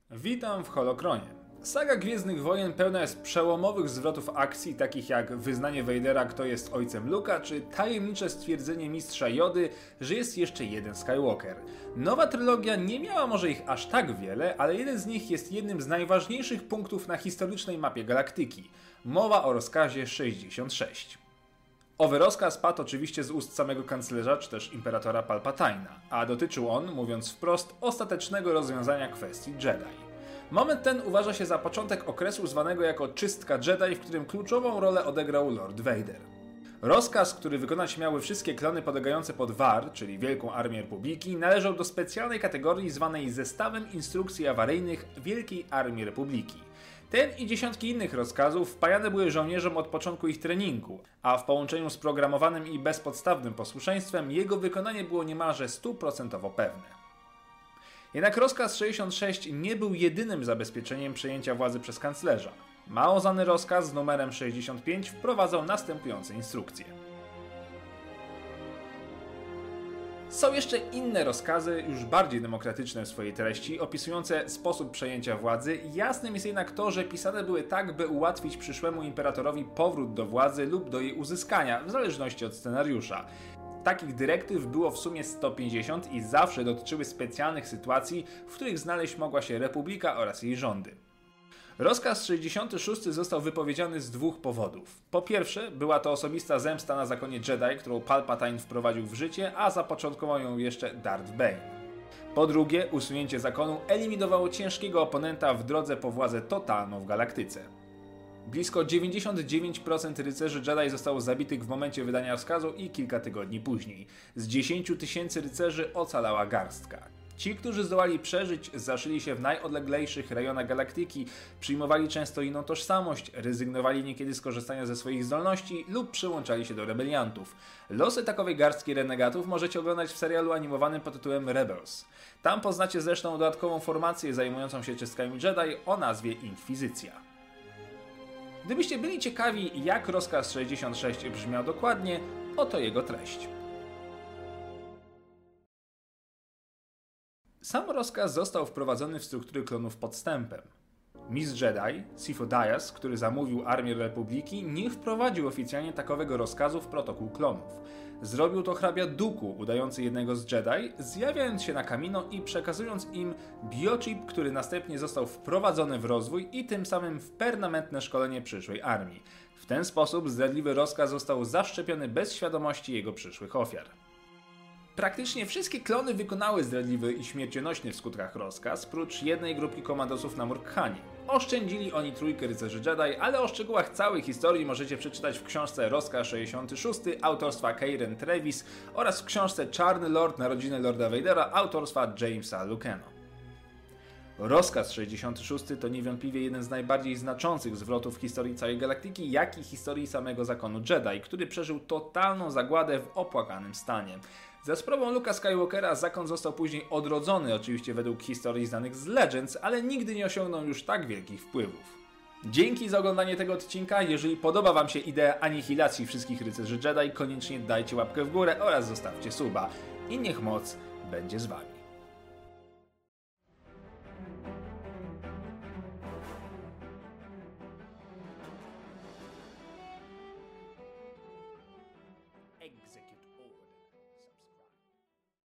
Witam w Holokronie. Saga Gwiezdnych Wojen pełna jest przełomowych zwrotów akcji, takich jak wyznanie Vadera, kto jest ojcem Luka, czy tajemnicze stwierdzenie mistrza Jody, że jest jeszcze jeden Skywalker. Nowa trylogia nie miała może ich aż tak wiele, ale jeden z nich jest jednym z najważniejszych punktów na historycznej mapie galaktyki. Mowa o rozkazie 66. Owy rozkaz padł oczywiście z ust samego kanclerza, czy też imperatora Palpatina, a dotyczył on, mówiąc wprost, ostatecznego rozwiązania kwestii Jedi. Moment ten uważa się za początek okresu zwanego jako Czystka Jedi, w którym kluczową rolę odegrał Lord Vader. Rozkaz, który wykonać miały wszystkie klony podlegające pod VAR, czyli Wielką Armię Republiki, należał do specjalnej kategorii zwanej Zestawem Instrukcji Awaryjnych Wielkiej Armii Republiki. Ten i dziesiątki innych rozkazów wpajane były żołnierzom od początku ich treningu, a w połączeniu z programowanym i bezpodstawnym posłuszeństwem jego wykonanie było niemalże 100% pewne. Jednak rozkaz 66 nie był jedynym zabezpieczeniem przejęcia władzy przez kanclerza. Mało znany rozkaz z numerem 65 wprowadzał następujące instrukcje. Są jeszcze inne rozkazy, już bardziej demokratyczne w swojej treści, opisujące sposób przejęcia władzy. Jasnym jest jednak to, że pisane były tak, by ułatwić przyszłemu imperatorowi powrót do władzy lub do jej uzyskania, w zależności od scenariusza. Takich dyrektyw było w sumie 150 i zawsze dotyczyły specjalnych sytuacji, w których znaleźć mogła się Republika oraz jej rządy. Rozkaz 66 został wypowiedziany z dwóch powodów. Po pierwsze, była to osobista zemsta na zakonie Jedi, którą Palpatine wprowadził w życie, a zapoczątkował ją jeszcze Darth Bane. Po drugie, usunięcie zakonu eliminowało ciężkiego oponenta w drodze po władzę totalną w galaktyce. Blisko 99% rycerzy Jedi zostało zabitych w momencie wydania rozkazu i kilka tygodni później. Z 10 000 rycerzy ocalała garstka. Ci, którzy zdołali przeżyć, zaszyli się w najodleglejszych rejonach galaktyki, przyjmowali często inną tożsamość, rezygnowali niekiedy z korzystania ze swoich zdolności lub przyłączali się do rebeliantów. Losy takowej garstki renegatów możecie oglądać w serialu animowanym pod tytułem Rebels. Tam poznacie zresztą dodatkową formację zajmującą się czystkami Jedi o nazwie Inkwizycja. Gdybyście byli ciekawi, jak rozkaz 66 brzmiał dokładnie, oto jego treść. Sam rozkaz został wprowadzony w struktury klonów podstępem. Mistrz Jedi, Sifo Dyas, który zamówił Armię Republiki, nie wprowadził oficjalnie takowego rozkazu w protokół klonów. Zrobił to hrabia Dooku, udający jednego z Jedi, zjawiając się na Kamino i przekazując im biochip, który następnie został wprowadzony w rozwój i tym samym w permanentne szkolenie przyszłej armii. W ten sposób zdradliwy rozkaz został zaszczepiony bez świadomości jego przyszłych ofiar. Praktycznie wszystkie klony wykonały zdradliwy i śmiercionośny w skutkach rozkaz, prócz jednej grupki komandosów na Murkhanie. Oszczędzili oni trójkę rycerzy Jedi, ale o szczegółach całej historii możecie przeczytać w książce Rozkaz 66 autorstwa Keiran Travis oraz w książce Czarny Lord Narodziny Lorda Vadera autorstwa Jamesa Luceno. Rozkaz 66 to niewątpliwie jeden z najbardziej znaczących zwrotów w historii całej galaktyki, jak i historii samego zakonu Jedi, który przeżył totalną zagładę w opłakanym stanie. Za sprawą Luka Skywalkera zakon został później odrodzony, oczywiście według historii znanych z Legends, ale nigdy nie osiągnął już tak wielkich wpływów. Dzięki za oglądanie tego odcinka. Jeżeli podoba Wam się idea anihilacji wszystkich rycerzy Jedi, koniecznie dajcie łapkę w górę oraz zostawcie suba. I niech moc będzie z Wami.